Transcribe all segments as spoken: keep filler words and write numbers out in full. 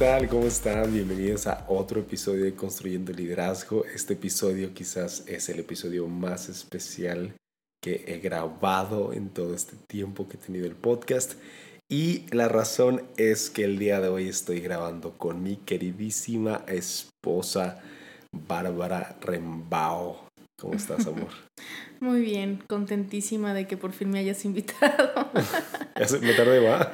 tal? ¿Cómo están? Bienvenidos a otro episodio de Construyendo Liderazgo. Este episodio quizás es el episodio más especial que he grabado en todo este tiempo que he tenido el podcast. Y la razón es que el día de hoy estoy grabando con mi queridísima esposa, Bárbara Rembao. ¿Cómo estás, amor? Muy bien, contentísima de que por fin me hayas invitado. ¿Me tardé, va?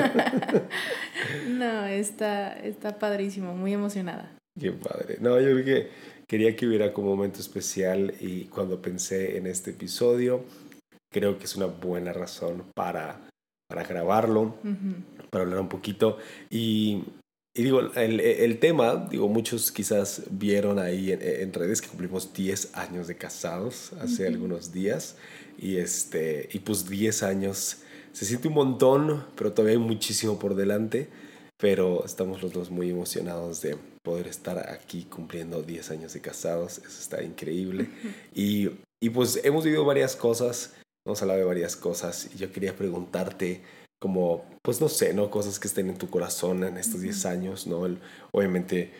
No, está, está padrísimo, muy emocionada. Qué padre. No, yo creo que quería que hubiera como un momento especial y cuando pensé en este episodio, creo que es una buena razón para, para grabarlo, uh-huh. para hablar un poquito. Y, y digo, el, el tema, digo, muchos quizás vieron ahí en, en redes que cumplimos diez años de casados hace uh-huh. algunos días. Y, este, y pues diez años se siente un montón, pero todavía hay muchísimo por delante. Pero estamos los dos muy emocionados de poder estar aquí cumpliendo diez años de casados. Eso está increíble. Uh-huh. Y, y pues hemos vivido varias cosas, hemos hablado de varias cosas. Y yo quería preguntarte como, pues no sé, ¿no? Cosas que estén en tu corazón en estos diez uh-huh. años, ¿no? El, obviamente,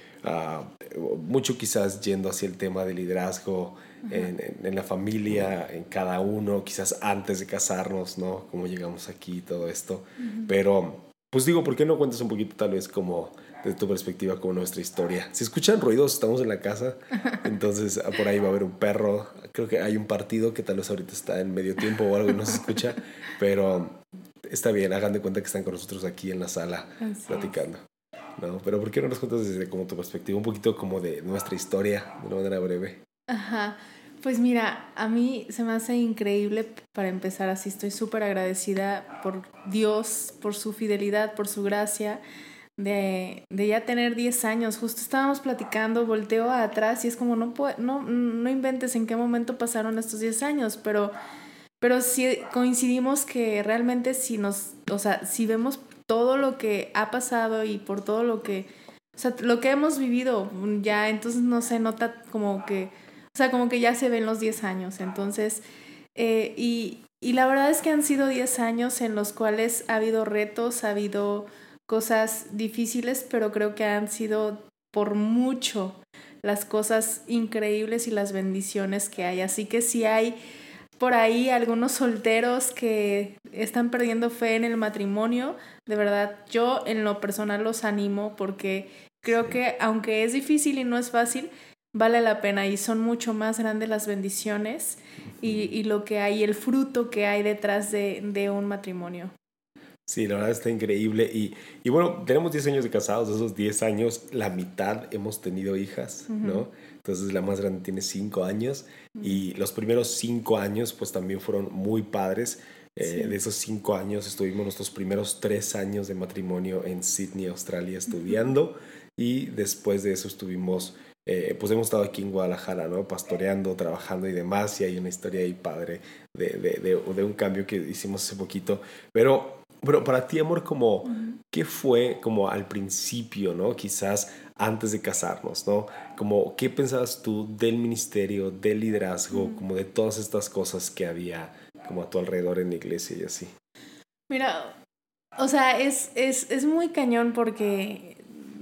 uh, mucho quizás yendo hacia el tema del liderazgo uh-huh. en, en, en la familia, uh-huh. en cada uno, quizás antes de casarnos, ¿no? Cómo llegamos aquí y todo esto. Uh-huh. Pero... pues digo, ¿por qué no cuentas un poquito tal vez como de tu perspectiva, como nuestra historia? Si escuchan ruidos, estamos en la casa, entonces por ahí va a haber un perro. Creo que hay un partido que tal vez ahorita está en medio tiempo o algo y no se escucha, pero está bien, hagan de cuenta que están con nosotros aquí en la sala Así platicando. ¿No? Pero ¿por qué no nos cuentas desde como tu perspectiva, un poquito como de nuestra historia, de una manera breve? Ajá. Pues mira, a mí se me hace increíble para empezar así, estoy súper agradecida por Dios, por su fidelidad, por su gracia, de, de ya tener diez años. Justo estábamos platicando, volteo atrás y es como, no, no, no inventes en qué momento pasaron estos diez años, pero, pero sí coincidimos que realmente si nos, o sea, si vemos todo lo que ha pasado y por todo lo que, o sea, lo que hemos vivido, ya entonces no se nota como que... O sea, como que ya se ven los diez años, entonces, eh, y, y la verdad es que han sido diez años en los cuales ha habido retos, ha habido cosas difíciles, pero creo que han sido por mucho las cosas increíbles y las bendiciones que hay. Así que si hay por ahí algunos solteros que están perdiendo fe en el matrimonio, de verdad, yo en lo personal los animo porque creo sí. que aunque es difícil y no es fácil, vale la pena y son mucho más grandes las bendiciones uh-huh. y, y lo que hay, el fruto que hay detrás de, de un matrimonio. Sí, la verdad está increíble y, y bueno, tenemos diez años de casados, de esos diez años la mitad hemos tenido hijas, uh-huh. ¿no? Entonces la más grande tiene cinco años uh-huh. y los primeros cinco años pues también fueron muy padres. Eh, sí. De esos cinco años estuvimos nuestros primeros tres años de matrimonio en Sydney, Australia, estudiando uh-huh. y después de eso estuvimos... Eh, pues hemos estado aquí en Guadalajara, ¿no? Pastoreando, trabajando y demás, y hay una historia ahí padre de, de, de, de un cambio que hicimos hace poquito. Pero, pero para ti, amor, como, uh-huh. ¿qué fue como al principio, ¿no? Quizás antes de casarnos, ¿no? Como, ¿qué pensabas tú del ministerio, del liderazgo, uh-huh. como de todas estas cosas que había como a tu alrededor en la iglesia y así? Mira, o sea, es, es, es muy cañón porque...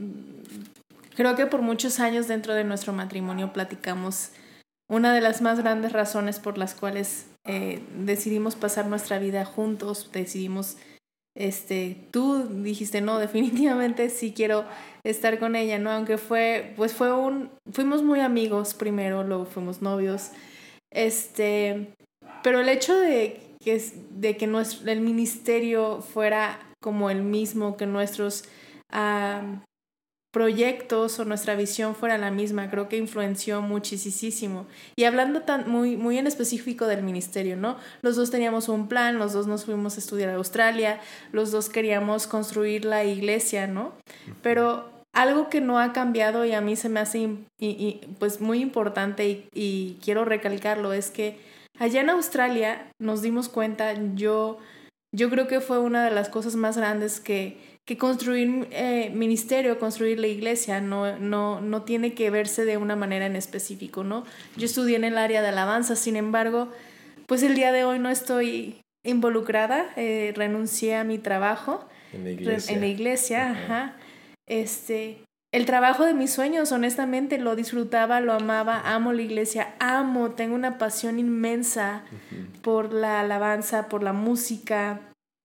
creo que por muchos años dentro de nuestro matrimonio platicamos una de las más grandes razones por las cuales eh, decidimos pasar nuestra vida juntos, decidimos, este, tú dijiste, no, definitivamente sí quiero estar con ella, ¿no? Aunque fue, pues fue un, fuimos muy amigos primero, luego fuimos novios, este, pero el hecho de que, de que nuestro, el ministerio fuera como el mismo, que nuestros... Uh, proyectos o nuestra visión fuera la misma, creo que influenció muchísimo. Y hablando tan, muy, muy en específico del ministerio, ¿no? Los dos teníamos un plan, los dos nos fuimos a estudiar a Australia, los dos queríamos construir la iglesia, ¿no? Pero algo que no ha cambiado y a mí se me hace y, y, pues muy importante y, y quiero recalcarlo es que allá en Australia nos dimos cuenta, yo, yo creo que fue una de las cosas más grandes que que construir eh, ministerio, construir la iglesia no, no, no tiene que verse de una manera en específico, ¿no? Yo estudié en el área de alabanza, sin embargo, pues el día de hoy no estoy involucrada, eh, renuncié a mi trabajo en la iglesia, en la iglesia, ajá. Ajá. este, el trabajo de mis sueños, honestamente, lo disfrutaba, lo amaba, amo la iglesia, amo, tengo una pasión inmensa uh-huh. por la alabanza, por la música.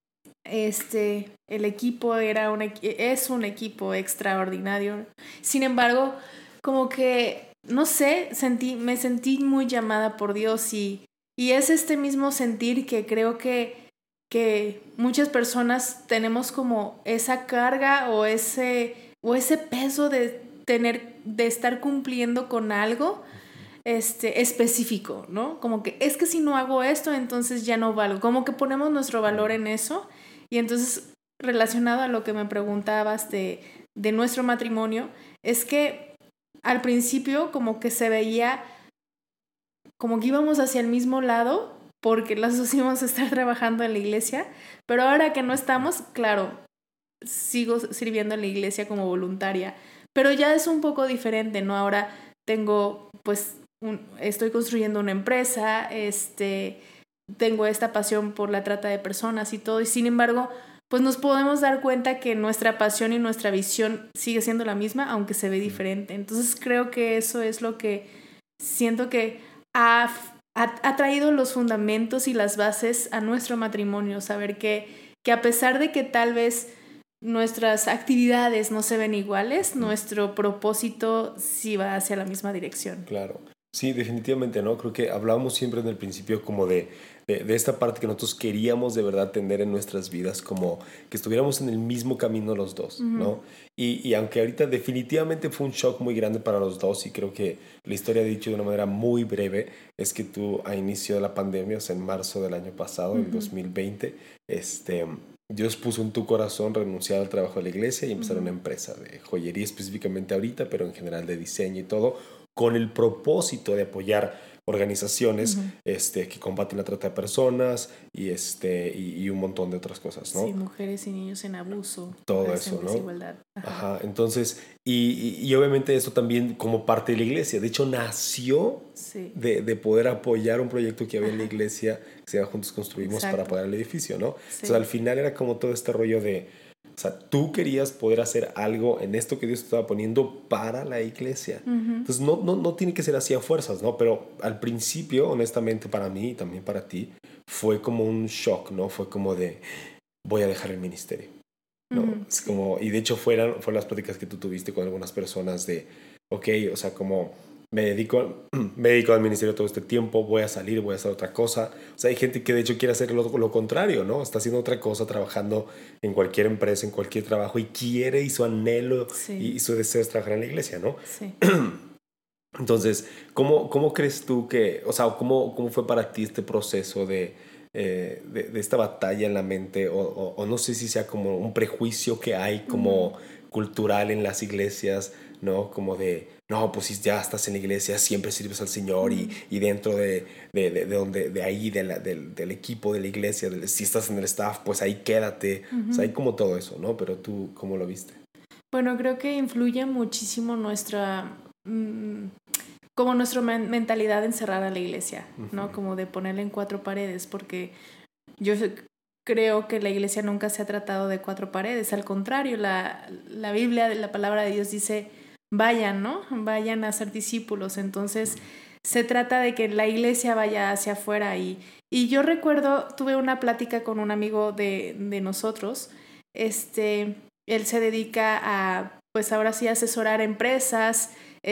Este, el equipo era un, es un equipo extraordinario. Sin embargo, como que, no sé, sentí, me sentí muy llamada por Dios y, y es este mismo sentir que creo que, que muchas personas tenemos como esa carga o ese, o ese peso de tener, de estar cumpliendo con algo este, específico, ¿no? Como que es que si no hago esto, entonces ya no valgo. Como que ponemos nuestro valor en eso. Y entonces, relacionado a lo que me preguntabas de, de nuestro matrimonio, es que al principio como que se veía como que íbamos hacia el mismo lado porque las dos íbamos a estar trabajando en la iglesia, pero ahora que no estamos, claro, sigo sirviendo en la iglesia como voluntaria, pero ya es un poco diferente, ¿no? Ahora tengo, pues, un, estoy construyendo una empresa, este... tengo esta pasión por la trata de personas y todo, y sin embargo, pues nos podemos dar cuenta que nuestra pasión y nuestra visión sigue siendo la misma, aunque se ve diferente. Entonces creo que eso es lo que siento que ha, ha, ha traído los fundamentos y las bases a nuestro matrimonio, saber que, que a pesar de que tal vez nuestras actividades no se ven iguales, nuestro propósito sí va hacia la misma dirección. Claro. Sí, definitivamente, ¿no? Creo que hablábamos siempre en el principio como de, de, de esta parte que nosotros queríamos de verdad tener en nuestras vidas, como que estuviéramos en el mismo camino los dos, uh-huh. ¿no? Y, y aunque ahorita definitivamente fue un shock muy grande para los dos, y creo que la historia ha dicho de una manera muy breve, es que tú a inicio de la pandemia, o sea, en marzo del año pasado, uh-huh. el dos mil veinte, este... Dios puso en tu corazón renunciar al trabajo de la iglesia y empezar uh-huh. una empresa de joyería específicamente ahorita, pero en general de diseño y todo, con el propósito de apoyar organizaciones uh-huh. este, que combaten la trata de personas y, este, y, y un montón de otras cosas, ¿no? Sí, mujeres y niños en abuso. Todo eso, ¿no? Desigualdad. Ajá. Ajá, entonces, y, y, y obviamente eso también como parte de la iglesia. De hecho, nació sí. de, de poder apoyar un proyecto que había Ajá. en la iglesia, que se llama Juntos Construimos Exacto. Para apoyar el edificio, ¿no? Sí. Entonces, al final era como todo este rollo de... O sea, tú querías poder hacer algo en esto que Dios te estaba poniendo para la iglesia. Uh-huh. Entonces, no, no, no tiene que ser así a fuerzas, ¿no? Pero al principio, honestamente, para mí y también para ti, fue como un shock, ¿no? Fue como de, voy a dejar el ministerio, ¿no? Uh-huh. Es como, y de hecho, fueron, fueron las pláticas que tú tuviste con algunas personas de, ok, o sea, como... Me dedico, me dedico al ministerio todo este tiempo, voy a salir, voy a hacer otra cosa. O sea, hay gente que de hecho quiere hacer lo, lo contrario, ¿no? Está haciendo otra cosa, trabajando en cualquier empresa, en cualquier trabajo y quiere y su anhelo sí. y, y su deseo es trabajar en la iglesia, ¿no? Sí. Entonces, ¿cómo, cómo crees tú que, o sea, cómo, cómo fue para ti este proceso de, eh, de, de esta batalla en la mente? O, o, o no sé si sea como un prejuicio que hay como mm. cultural en las iglesias, ¿no? Como de... No, pues si ya estás en la iglesia, siempre sirves al Señor y, y dentro de, de, de, de, donde, de ahí, de la, del, del equipo de la iglesia, de, si estás en el staff, pues ahí quédate. Uh-huh. O sea, hay como todo eso, ¿no? Pero tú, ¿cómo lo viste? Bueno, creo que influye muchísimo nuestra, mmm, como nuestra mentalidad encerrada a la iglesia, uh-huh. ¿no? Como de ponerla en cuatro paredes, porque yo creo que la iglesia nunca se ha tratado de cuatro paredes. Al contrario, la, la Biblia, la palabra de Dios dice... vayan, ¿no? Vayan a ser discípulos. Entonces, se trata de que la iglesia vaya hacia afuera. Y, y yo recuerdo, tuve una plática con un amigo de, de nosotros. Este, él se dedica a, pues ahora sí, asesorar empresas,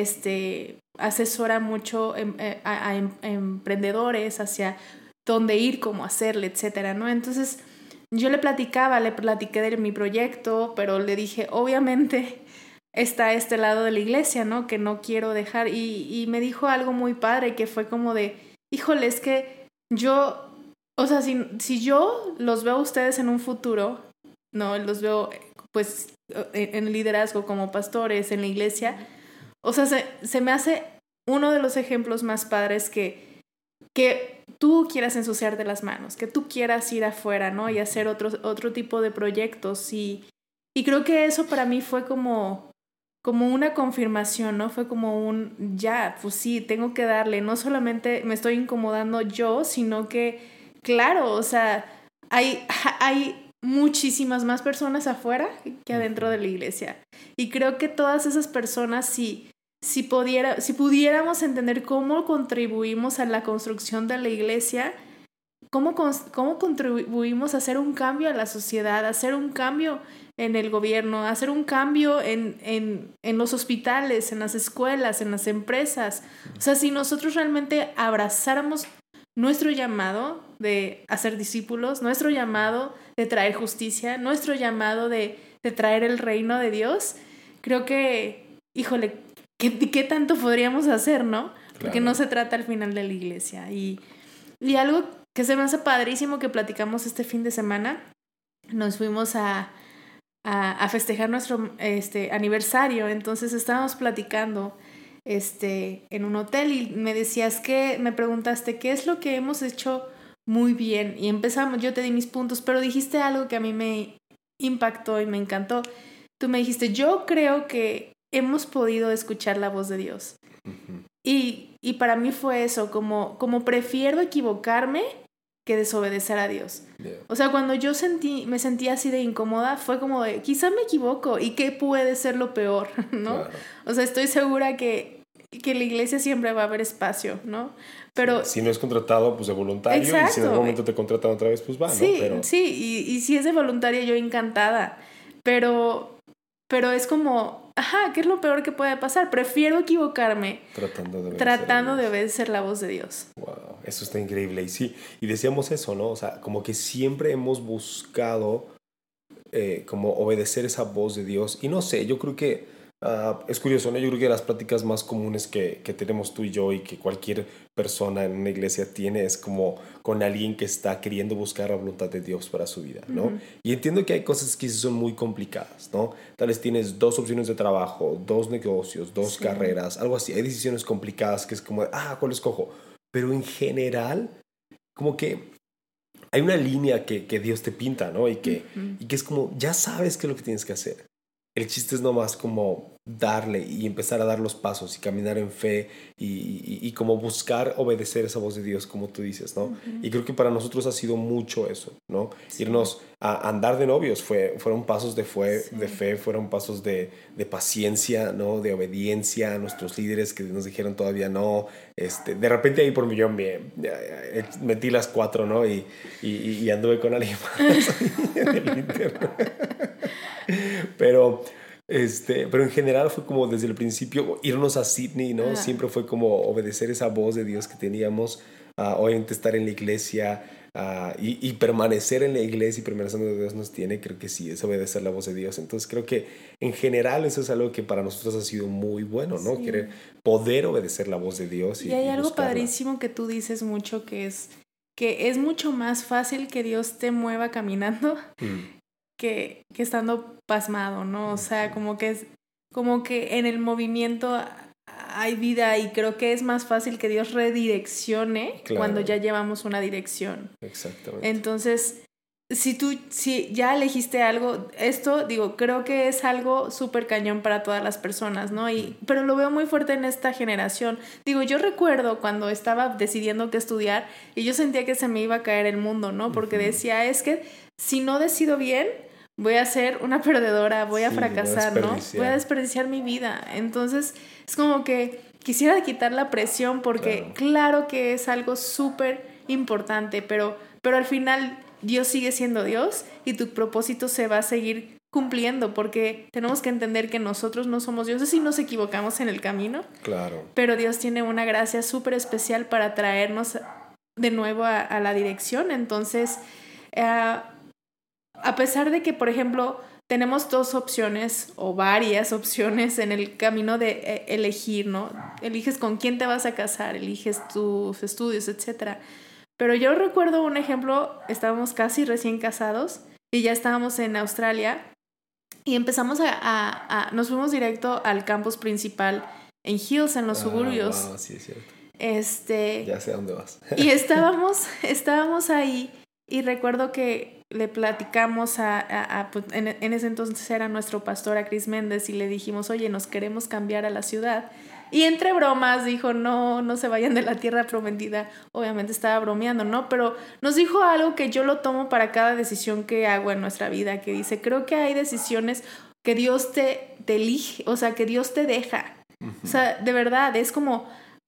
este, asesora mucho a, a, a emprendedores hacia dónde ir, cómo hacerle, etcétera, ¿no? Entonces, yo le platicaba, le platiqué de mi proyecto, pero le dije, obviamente... está este lado de la iglesia, ¿no? Que no quiero dejar. Y, y me dijo algo muy padre que fue como de, híjole, es que yo, o sea, si, si yo los veo a ustedes en un futuro, ¿no? Los veo, pues, en el liderazgo como pastores en la iglesia, o sea, se, se me hace uno de los ejemplos más padres que, que tú quieras ensuciarte las manos, que tú quieras ir afuera, ¿no? Y hacer otro, otro tipo de proyectos. Y, y creo que eso para mí fue como... como una confirmación, ¿no? Fue como un, ya, pues sí, tengo que darle. No solamente me estoy incomodando yo, sino que, claro, o sea, hay, hay muchísimas más personas afuera que adentro de la iglesia. Y creo que todas esas personas, si, si, pudiera, si pudiéramos entender cómo contribuimos a la construcción de la iglesia, cómo, cómo contribuimos a hacer un cambio a la sociedad, a hacer un cambio en el gobierno, a hacer un cambio en, en, en los hospitales, en las escuelas, en las empresas. O sea, si nosotros realmente abrazáramos nuestro llamado de hacer discípulos, nuestro llamado de traer justicia, nuestro llamado de, de traer el reino de Dios, creo que, híjole, ¿qué, qué tanto podríamos hacer, no? Claro. Porque no se trata al final de la iglesia. Y, y algo que se me hace padrísimo que platicamos este fin de semana, nos fuimos a, a, a festejar nuestro este, aniversario, entonces estábamos platicando este, en un hotel y me decías que, me preguntaste qué es lo que hemos hecho muy bien y empezamos, yo te di mis puntos, pero dijiste algo que a mí me impactó y me encantó. Tú me dijiste, yo creo que hemos podido escuchar la voz de Dios. Uh-huh. y, y para mí fue eso, como, como prefiero equivocarme que desobedecer a Dios. Yeah. O sea, cuando yo sentí, me sentí así de incómoda, fue como de, quizá me equivoco, ¿y qué puede ser lo peor? ¿No? Claro. O sea, estoy segura que, que en la iglesia siempre va a haber espacio, ¿no? Pero sí, si no es contratado, pues de voluntario. Exacto. Y si en algún momento te contratan otra vez, pues va, sí, ¿no? Pero... Sí, y, y si es de voluntario, yo encantada. Pero, pero es como, ajá, ¿qué es lo peor que puede pasar? Prefiero equivocarme tratando de obedecer, tratando de obedecer la voz de Dios. Wow, eso está increíble. Y sí, y decíamos eso, ¿no? O sea, como que siempre hemos buscado eh, como obedecer esa voz de Dios. Y no sé, yo creo que Uh, es curioso, ¿no? Yo creo que las prácticas más comunes que, que tenemos tú y yo y que cualquier persona en una iglesia tiene es como con alguien que está queriendo buscar la voluntad de Dios para su vida, ¿no? Uh-huh. Y entiendo que hay cosas que son muy complicadas, ¿no? Tal vez tienes dos opciones de trabajo, dos negocios, dos sí. carreras, algo así. Hay decisiones complicadas que es como, ah, ¿cuál escojo? Pero en general, como que hay una línea que, que Dios te pinta, ¿no? Y que, uh-huh. y que es como, ya sabes qué es lo que tienes que hacer. El chiste es nomás como darle y empezar a dar los pasos y caminar en fe y, y, y como buscar obedecer esa voz de Dios, como tú dices, ¿no? Uh-huh. Y creo que para nosotros ha sido mucho eso, ¿no? Sí. Irnos a andar de novios fue, fueron pasos de, fue, sí. de fe, fueron pasos de, de paciencia, ¿no? De obediencia a nuestros líderes que nos dijeron todavía no. Este, de repente ahí por mí yo me, metí las cuatro, ¿no? Y, y, y anduve con alguien más en el internet. Pero, este, pero en general fue como desde el principio irnos a Sydney, ¿no? Ah. Siempre fue como obedecer esa voz de Dios que teníamos, uh, obviamente estar en la iglesia uh, y, y permanecer en la iglesia y permanecer donde Dios nos tiene, creo que sí, es obedecer la voz de Dios. Entonces creo que en general eso es algo que para nosotros ha sido muy bueno, ¿no? Sí. Querer poder obedecer la voz de Dios. Y, y hay y algo buscarla. Padrísimo que tú dices mucho que es que es mucho más fácil que Dios te mueva caminando. Mm. Que, que estando pasmado, ¿no? O sea, como que es como que en el movimiento hay vida y creo que es más fácil que Dios redireccione claro. cuando ya llevamos una dirección. Exactamente. Entonces, si tú si ya elegiste algo, esto, digo, creo que es algo súper cañón para todas las personas, ¿no? Y, pero lo veo muy fuerte en esta generación. Digo, yo recuerdo cuando estaba decidiendo qué estudiar y yo sentía que se me iba a caer el mundo, ¿no? Porque uh-huh. decía, es que si no decido bien, voy a ser una perdedora, voy a sí, fracasar, ¿no? Voy a desperdiciar mi vida. Entonces, es como que quisiera quitar la presión porque claro, claro que es algo súper importante, pero, pero al final Dios sigue siendo Dios y tu propósito se va a seguir cumpliendo porque tenemos que entender que nosotros no somos dioses y nos equivocamos en el camino. Claro. Pero Dios tiene una gracia súper especial para traernos de nuevo a, a la dirección. Entonces, uh, a pesar de que, por ejemplo, tenemos dos opciones o varias opciones en el camino de eh, elegir, ¿no? Eliges con quién te vas a casar, eliges tus estudios, etcétera. Pero yo recuerdo un ejemplo, estábamos casi recién casados y ya estábamos en Australia y empezamos a, a, a nos fuimos directo al campus principal en Hills, en los ah, suburbios. Wow, sí, es cierto. Este, ya sé a dónde vas. y estábamos, estábamos ahí y recuerdo que le platicamos a, a, a pues en, en ese entonces era nuestro pastor, a Chris Méndez, y le dijimos, oye, nos queremos cambiar a la ciudad y entre bromas dijo, no, no se vayan de la tierra prometida. Obviamente estaba bromeando, ¿no? Pero nos dijo algo que yo lo tomo para cada decisión que hago en nuestra vida, que dice, creo que hay decisiones que Dios te, te elige, o sea, que Dios te deja. Uh-huh. O sea, de verdad, es como,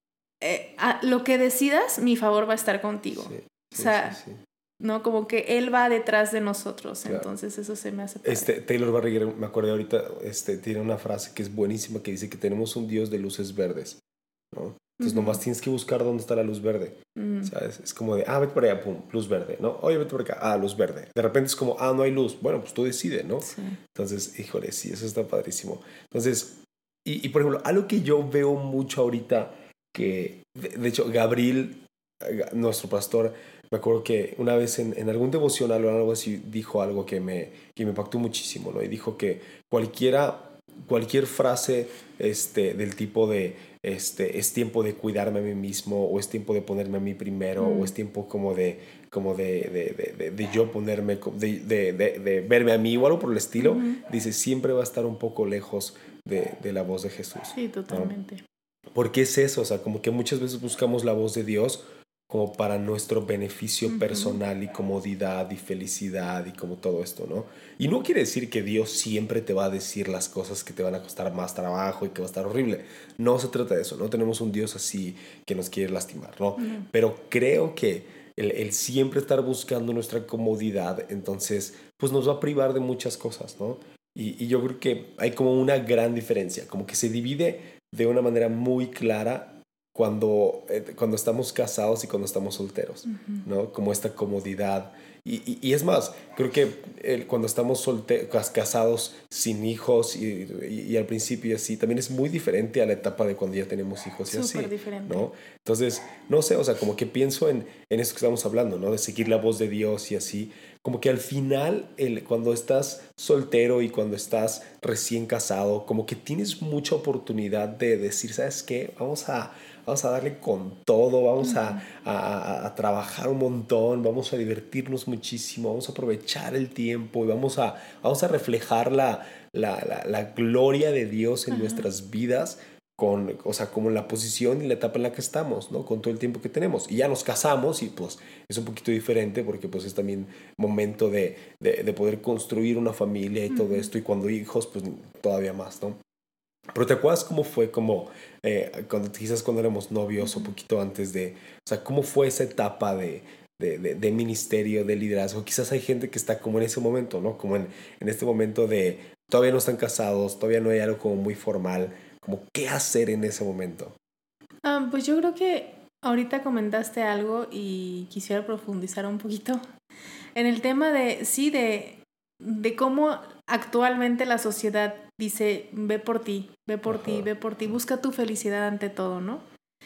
eh, a, lo que decidas, mi favor va a estar contigo. Sí, sí, o sea, sí, sí. ¿no? Como que Él va detrás de nosotros, claro. Entonces eso se me hace padre. Este, Taylor Barriger, me acuerdo ahorita, este, tiene una frase que es buenísima, que dice que tenemos un Dios de luces verdes, ¿no? Entonces uh-huh. nomás tienes que buscar dónde está la luz verde, uh-huh. ¿sabes? Es como de, ah, vete por allá, pum, luz verde, ¿no? Oye, vete por acá, ah, luz verde. De repente es como, ah, no hay luz. Bueno, pues tú decides, ¿no? Sí. Entonces, híjole, sí, eso está padrísimo. Entonces, y, y por ejemplo, algo que yo veo mucho ahorita, que, de, de hecho, Gabriel, nuestro pastor, me acuerdo que una vez en, en algún devocional o algo así dijo algo que me, que me impactó muchísimo, ¿no? Y dijo que cualquiera, cualquier frase este, del tipo de este, es tiempo de cuidarme a mí mismo, o es tiempo de ponerme a mí primero, mm. o es tiempo como de, como de, de, de, de, de yo ponerme, de, de, de, de verme a mí o algo por el estilo, mm-hmm. dice, siempre va a estar un poco lejos de, de la voz de Jesús. Sí, totalmente. ¿No? Porque es eso, o sea, como que muchas veces buscamos la voz de Dios como para nuestro beneficio uh-huh. personal y comodidad y felicidad y como todo esto, ¿no? Y no quiere decir que Dios siempre te va a decir las cosas que te van a costar más trabajo y que va a estar horrible. No se trata de eso, no tenemos un Dios así que nos quiere lastimar, ¿no? Uh-huh. Pero creo que el, el siempre estar buscando nuestra comodidad, entonces, pues nos va a privar de muchas cosas, ¿no? Y, y yo creo que hay como una gran diferencia, como que se divide de una manera muy clara cuando, eh, cuando estamos casados y cuando estamos solteros, uh-huh. ¿no? Como esta comodidad. Y, y, y es más, creo que eh, cuando estamos solte- casados sin hijos y, y, y al principio así, también es muy diferente a la etapa de cuando ya tenemos hijos y Súper así. Súper diferente. ¿no? Entonces, no sé, o sea, como que pienso en, en eso que estamos hablando, ¿no? De seguir la voz de Dios y así. Como que al final, el, cuando estás soltero y cuando estás recién casado, como que tienes mucha oportunidad de decir, ¿sabes qué? Vamos a... Vamos a darle con todo, vamos a, a, a trabajar un montón, vamos a divertirnos muchísimo, vamos a aprovechar el tiempo y vamos a, vamos a reflejar la, la, la, la gloria de Dios en uh-huh. nuestras vidas, con, o sea, como la posición y la etapa en la que estamos, ¿no? Con todo el tiempo que tenemos. Y ya nos casamos y pues es un poquito diferente porque pues es también momento de, de, de poder construir una familia y uh-huh. todo esto, y cuando hijos pues todavía más, ¿no? Pero ¿te acuerdas cómo fue como eh, cuando quizás cuando éramos novios uh-huh. o poquito antes de, o sea, cómo fue esa etapa de, de, de, de ministerio, de liderazgo? Quizás hay gente que está como en ese momento, ¿no? Como en, en este momento de todavía no están casados, todavía no hay algo como muy formal, como qué hacer en ese momento. Um, pues yo creo que ahorita comentaste algo y quisiera profundizar un poquito en el tema de, sí, de, de cómo actualmente la sociedad dice, ve por ti, ve por Ajá. ti, ve por ti, busca tu felicidad ante todo, ¿no?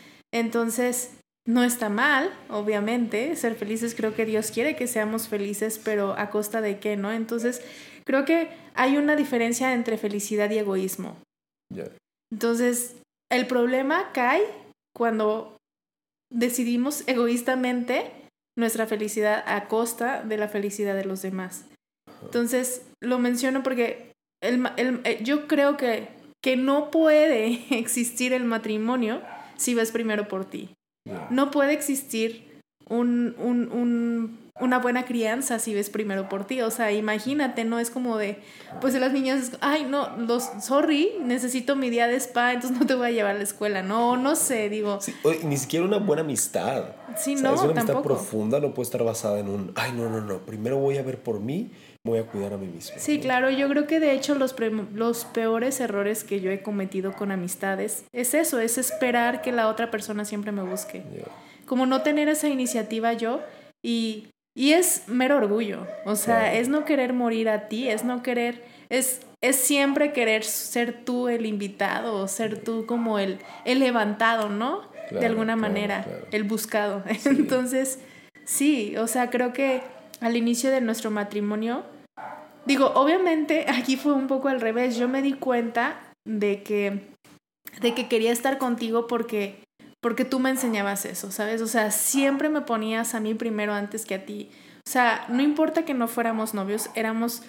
Entonces, no está mal, obviamente, ser felices. Creo que Dios quiere que seamos felices, pero ¿a costa de qué, no? Entonces, creo que hay una diferencia entre felicidad y egoísmo. Yeah. Entonces, el problema cae cuando decidimos egoístamente nuestra felicidad a costa de la felicidad de los demás. Entonces, lo menciono porque el, el, el, yo creo que, que no puede existir el matrimonio si ves primero por ti. Yeah. No puede existir un, un, un, una buena crianza si ves primero por ti. O sea, imagínate, no es como de, pues de las niñas, ay, no, los, sorry, necesito mi día de spa, entonces no te voy a llevar a la escuela. No, no sé, digo. Sí, oye, ni siquiera una buena amistad. Sí, ¿sabes? No, una amistad tampoco. profunda no puede estar basada en un, ay, no, no, no, primero voy a ver por mí, voy a cuidar a mí mismo. Sí, ¿no? claro, yo creo que de hecho los, pre- los peores errores que yo he cometido con amistades es eso, es esperar que la otra persona siempre me busque. Yeah. Como no tener esa iniciativa yo, y, y es mero orgullo, o sea, claro. es no querer morir a ti, es no querer, es, es siempre querer ser tú el invitado, o ser tú como el, el levantado, ¿no? Claro, de alguna claro, manera, claro. el buscado. Sí. Entonces, sí, o sea, creo que al inicio de nuestro matrimonio, digo, obviamente aquí fue un poco al revés, yo me di cuenta de que, de que quería estar contigo porque... porque tú me enseñabas eso, ¿sabes? O sea, siempre me ponías a mí primero antes que a ti. O sea, no importa que no fuéramos novios, éramos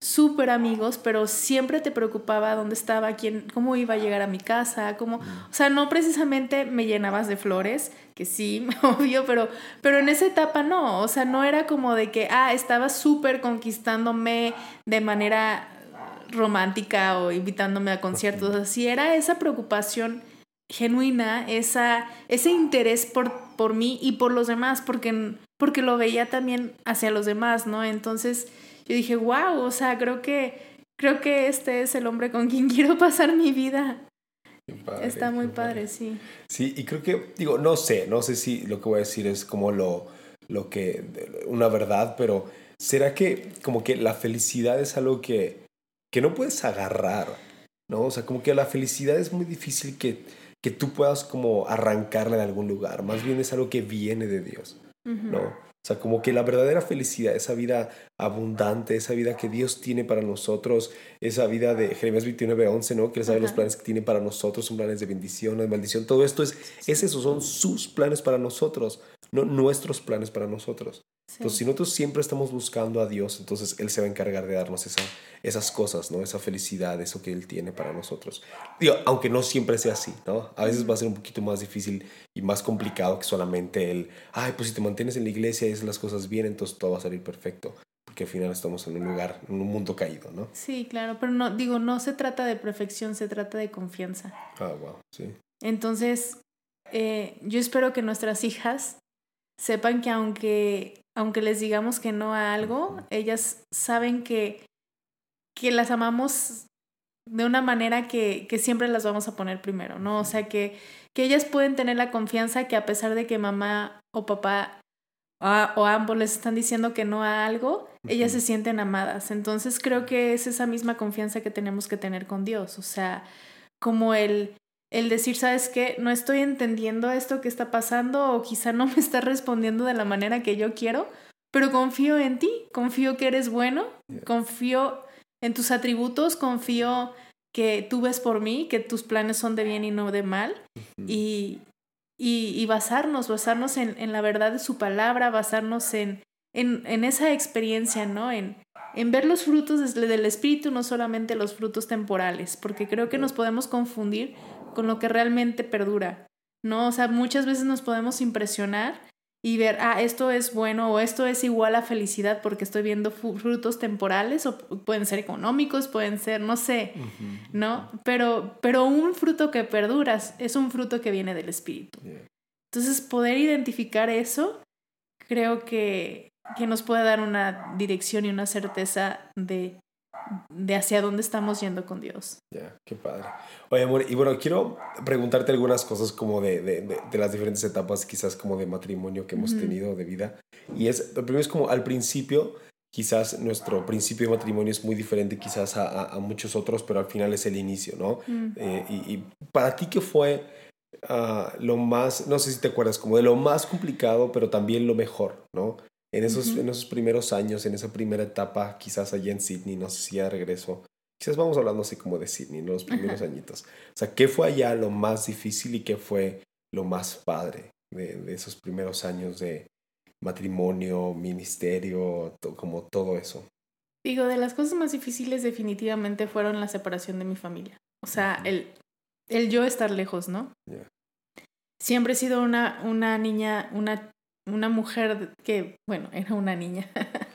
súper amigos, pero siempre te preocupaba dónde estaba, quién, cómo iba a llegar a mi casa, cómo, o sea, no precisamente me llenabas de flores, que sí, obvio, pero, pero en esa etapa no, o sea, no era como de que, ah, estaba súper conquistándome de manera romántica o invitándome a conciertos, así era esa preocupación genuina, esa, ese interés por, por mí y por los demás, porque, porque lo veía también hacia los demás, ¿no? Entonces yo dije, wow, o sea, creo que, creo que este es el hombre con quien quiero pasar mi vida. Qué padre, está muy padre, padre, sí. Sí, y creo que, digo, no sé, no sé si lo que voy a decir es como lo, lo que, una verdad, pero ¿será que como que la felicidad es algo que, que no puedes agarrar, ¿no? O sea, como que la felicidad es muy difícil que, que tú puedas como arrancarla de algún lugar, más bien es algo que viene de Dios, ¿no? Uh-huh. O sea, como que la verdadera felicidad, esa vida abundante, esa vida que Dios tiene para nosotros, esa vida de Jeremías veintinueve once, ¿no? Que Él sabe los planes que tiene para nosotros, son planes de bendición, de maldición. Todo esto es, es eso, son sus planes para nosotros, no nuestros planes para nosotros. Sí. Entonces, si nosotros siempre estamos buscando a Dios, entonces Él se va a encargar de darnos esa, esas cosas, ¿no? Esa felicidad, eso que Él tiene para nosotros. Digo, aunque no siempre sea así, ¿no? A veces va a ser un poquito más difícil y más complicado que solamente el, ay, pues si te mantienes en la iglesia y haces las cosas bien, entonces todo va a salir perfecto. Porque al final estamos en un lugar, en un mundo caído, ¿no? Sí, claro, pero no, digo, no se trata de perfección, se trata de confianza. Ah, wow, sí. Entonces, eh, yo espero que nuestras hijas sepan que aunque, aunque les digamos que no a algo, uh-huh. ellas saben que, que las amamos de una manera que, que siempre las vamos a poner primero, ¿no? O sea, que, que ellas pueden tener la confianza que a pesar de que mamá o papá o, o ambos les están diciendo que no a algo, uh-huh. ellas se sienten amadas. Entonces creo que es esa misma confianza que tenemos que tener con Dios. O sea, como el, el decir, ¿sabes qué? No estoy entendiendo esto que está pasando o quizá no me está respondiendo de la manera que yo quiero, pero confío en ti, confío que eres bueno, yeah. confío en tus atributos, confío que tú ves por mí, que tus planes son de bien y no de mal, uh-huh. y, y, y basarnos, basarnos en, en la verdad de su palabra, basarnos en, en, en esa experiencia, ¿no? En, en ver los frutos del Espíritu, no solamente los frutos temporales, porque creo que nos podemos confundir con lo que realmente perdura, ¿no? O sea, muchas veces nos podemos impresionar y ver, ah, esto es bueno o esto es igual a felicidad porque estoy viendo frutos temporales o pueden ser económicos, pueden ser, no sé, uh-huh. ¿no? Pero, pero un fruto que perdura es un fruto que viene del Espíritu. Yeah. Entonces, poder identificar eso, creo que, que nos puede dar una dirección y una certeza de, de hacia dónde estamos yendo con Dios. Ya, yeah, qué padre. Oye, amor, y bueno, quiero preguntarte algunas cosas como de, de, de, de las diferentes etapas quizás como de matrimonio que hemos uh-huh. tenido, de vida. Y es, lo primero es como al principio, quizás nuestro principio de matrimonio es muy diferente quizás a, a, a muchos otros, pero al final es el inicio, ¿no? Uh-huh. Eh, y, y para ti, ¿qué fue uh, lo más, no sé si te acuerdas, como de lo más complicado, pero también lo mejor, ¿no? En esos, uh-huh. en esos primeros años, en esa primera etapa, quizás allá en Sydney, no sé si ya regreso. Quizás vamos hablando así como de Sydney, ¿no? Los primeros uh-huh. añitos. O sea, ¿qué fue allá lo más difícil y qué fue lo más padre de, de esos primeros años de matrimonio, ministerio, to, como todo eso? Digo, de las cosas más difíciles definitivamente fueron la separación de mi familia. O sea, uh-huh. el, el yo estar lejos, ¿no? Yeah. Siempre he sido una, una niña, una, una mujer que, bueno, era una niña...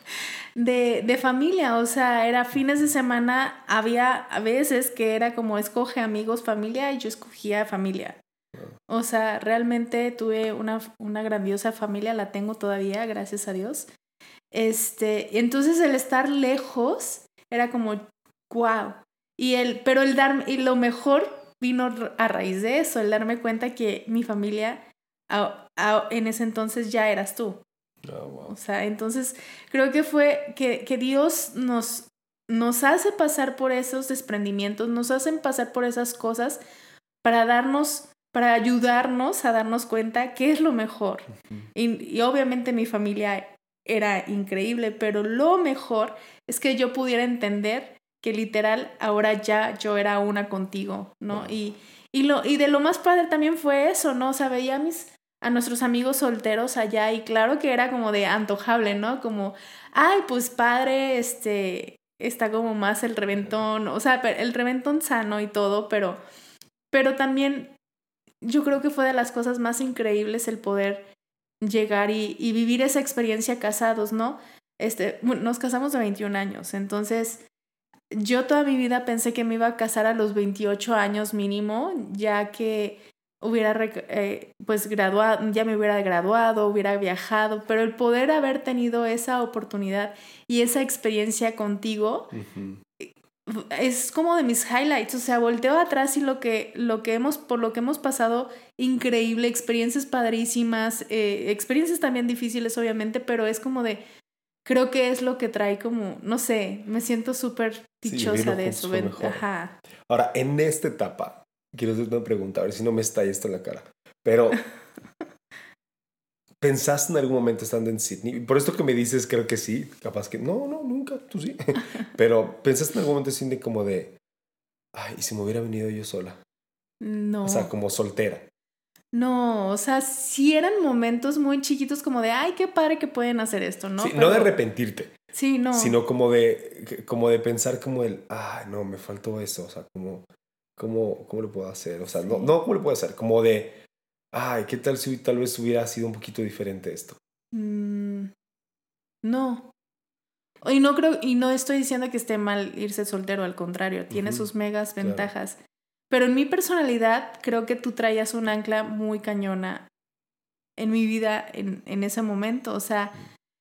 De, de familia, o sea, era fines de semana, había a veces que era como escoge amigos, familia, y yo escogía familia. O sea, realmente tuve una, una grandiosa familia, la tengo todavía, gracias a Dios. Este, entonces el estar lejos era como, wow. Y el, pero el dar, y lo mejor vino a raíz de eso, el darme cuenta que mi familia a, a, en ese entonces ya eras tú. Oh, wow. O sea, entonces creo que fue que, que Dios nos, nos hace pasar por esos desprendimientos, nos hacen pasar por esas cosas para darnos, para ayudarnos a darnos cuenta qué es lo mejor. Uh-huh. Y, y obviamente mi familia era increíble, pero lo mejor es que yo pudiera entender que literal ahora ya yo era una contigo, ¿no? Uh-huh. Y, y, lo, y de lo más padre también fue eso, ¿no? O sea, veía a mis... a nuestros amigos solteros allá y claro que era como de antojable, ¿no? Como, ay, pues padre, este, está como más el reventón, o sea, el reventón sano y todo, pero, pero también yo creo que fue de las cosas más increíbles el poder llegar y, y vivir esa experiencia casados, ¿no? Este, nos casamos de veintiún años, entonces yo toda mi vida pensé que me iba a casar a los veintiocho años mínimo, ya que hubiera eh, pues graduado, ya me hubiera graduado, hubiera viajado, pero el poder haber tenido esa oportunidad y esa experiencia contigo uh-huh. es como de mis highlights, o sea, volteo atrás y lo que, lo que hemos, por lo que hemos pasado, increíble, experiencias padrísimas, eh, experiencias también difíciles obviamente, pero es como de, creo que es lo que trae como, no sé, me siento súper dichosa sí, de eso. Ven, ajá. Ahora, en esta etapa, quiero hacer una pregunta, a ver si no me estalla esto en la cara, pero ¿pensaste en algún momento estando en Sydney? Por esto que me dices, creo que sí, capaz que no, no, nunca, tú sí, pero ¿pensaste en algún momento en Sydney como de, ay, ¿y si me hubiera venido yo sola? No. O sea, como soltera. No, o sea, sí eran momentos muy chiquitos como de, ay, qué padre que pueden hacer esto, ¿no? Sí, Pero... no de arrepentirte. Sí, no. Sino como de, como de pensar como el, ay, no, me faltó eso, o sea, como, ¿cómo, cómo lo puedo hacer? O sea, sí. no, no, ¿cómo lo puedo hacer? Como de, ay, ¿qué tal si tal vez hubiera sido un poquito diferente esto? Mm, no. Y no creo, y no estoy diciendo que esté mal irse soltero, al contrario, tiene uh-huh. sus megas ventajas. Claro. Pero en mi personalidad creo que tú traías un ancla muy cañona en mi vida en, en ese momento. O sea,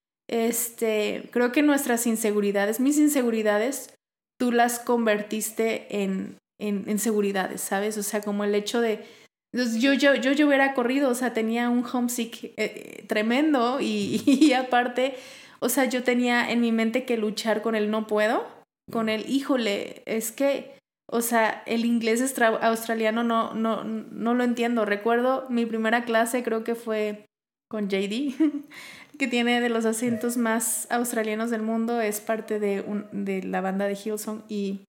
este, creo que nuestras inseguridades, mis inseguridades, tú las convertiste en, en, en seguridades, ¿sabes? O sea, como el hecho de... Yo, yo, yo, yo hubiera corrido, o sea, tenía un homesick eh, tremendo y, y aparte, o sea, yo tenía en mi mente que luchar con el no puedo, con el, híjole, es que... O sea, el inglés extra- australiano no, no, no lo entiendo. Recuerdo mi primera clase, creo que fue con J D, que tiene de los acentos más australianos del mundo, es parte de, un, de la banda de Hillsong, y,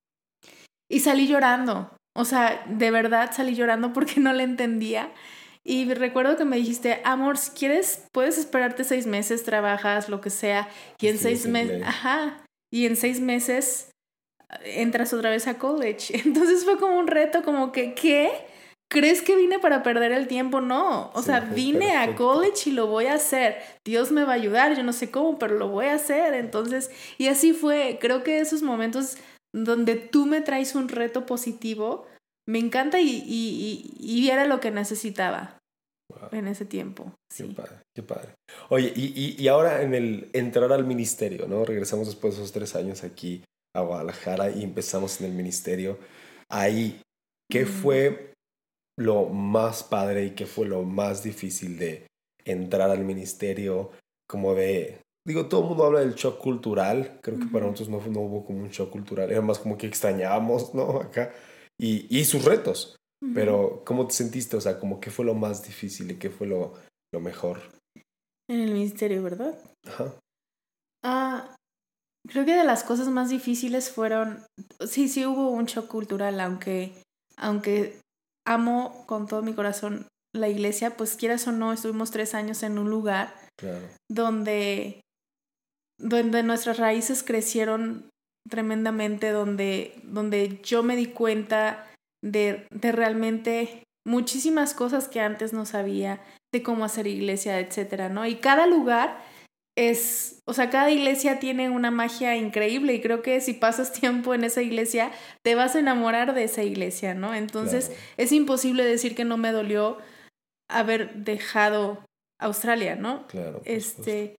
y salí llorando. O sea, de verdad salí llorando porque no le entendía. Y recuerdo que me dijiste, amor, si quieres, puedes esperarte seis meses, trabajas, lo que sea, y en seis meses, ajá, y en seis meses... entras otra vez a college. Entonces fue como un reto, como que, ¿qué? ¿Crees que vine para perder el tiempo? No, o sí, sea, vine perfecto. A college y lo voy a hacer. Dios me va a ayudar, yo no sé cómo, pero lo voy a hacer. Entonces, y así fue. Creo que esos momentos donde tú me traes un reto positivo, me encanta y, y, y, y era lo que necesitaba wow. en ese tiempo. Qué sí. padre, qué padre. Oye, y, y, y ahora en el entrar al ministerio, ¿no? Regresamos después de esos tres años aquí a Guadalajara y empezamos en el ministerio. Ahí, ¿qué mm. fue lo más padre y qué fue lo más difícil de entrar al ministerio? Como de, digo, todo el mundo habla del shock cultural, creo que uh-huh. para nosotros no, no hubo como un shock cultural, era más como que extrañábamos, ¿no? Acá, y, y sus retos. Uh-huh. Pero, ¿cómo te sentiste? O sea, como qué fue lo más difícil y qué fue lo, lo mejor. En el ministerio, ¿verdad? Ajá. Ah... Creo que de las cosas más difíciles fueron, sí, sí hubo un shock cultural, aunque, aunque amo con todo mi corazón la iglesia, pues quieras o no, estuvimos tres años en un lugar claro. donde, donde nuestras raíces crecieron tremendamente, donde, donde yo me di cuenta de, de realmente muchísimas cosas que antes no sabía, de cómo hacer iglesia, etcétera, ¿no? Y cada lugar es, o sea, cada iglesia tiene una magia increíble y creo que si pasas tiempo en esa iglesia te vas a enamorar de esa iglesia, ¿no? Entonces claro. es imposible decir que no me dolió haber dejado Australia, ¿no? Claro. Este,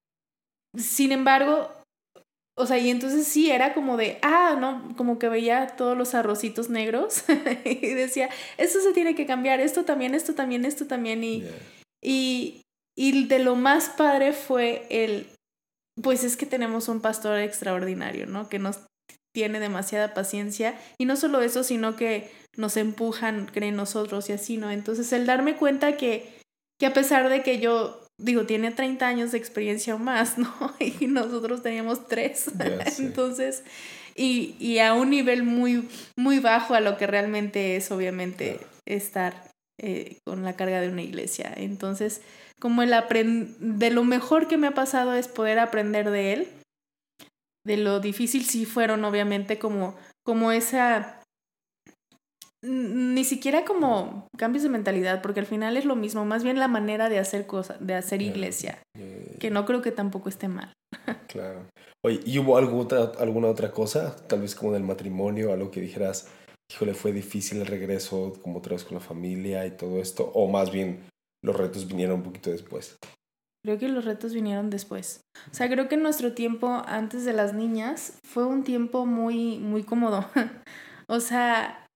sin embargo, o sea, y entonces sí era como de, ah, no, como que veía todos los arrocitos negros y decía, esto se tiene que cambiar, esto también, esto también, esto también y yeah. y Y de lo más padre fue el, pues es que tenemos un pastor extraordinario, ¿no? Que nos tiene demasiada paciencia. Y no solo eso, sino que nos empujan, creen nosotros y así, ¿no? Entonces el darme cuenta que, que a pesar de que yo, digo, tiene treinta años de experiencia o más, ¿no? Y nosotros teníamos tres. Yes, Entonces, y, y a un nivel muy, muy bajo a lo que realmente es, obviamente, yeah. estar eh, con la carga de una iglesia. Entonces... como el aprend- de lo mejor que me ha pasado es poder aprender de él, de lo difícil sí fueron obviamente como, como esa, ni siquiera como cambios de mentalidad, porque al final es lo mismo, más bien la manera de hacer cosas, de hacer Yeah, iglesia, yeah, que no creo que tampoco esté mal. claro. Oye, ¿y hubo alguna otra, alguna otra cosa? Tal vez como en el matrimonio, algo que dijeras, híjole, fue difícil el regreso, como otra vez con la familia y todo esto, o más bien los retos vinieron un poquito después. Creo que los retos vinieron después. O sea, creo que nuestro tiempo antes de las niñas fue un tiempo muy, muy cómodo. O sea,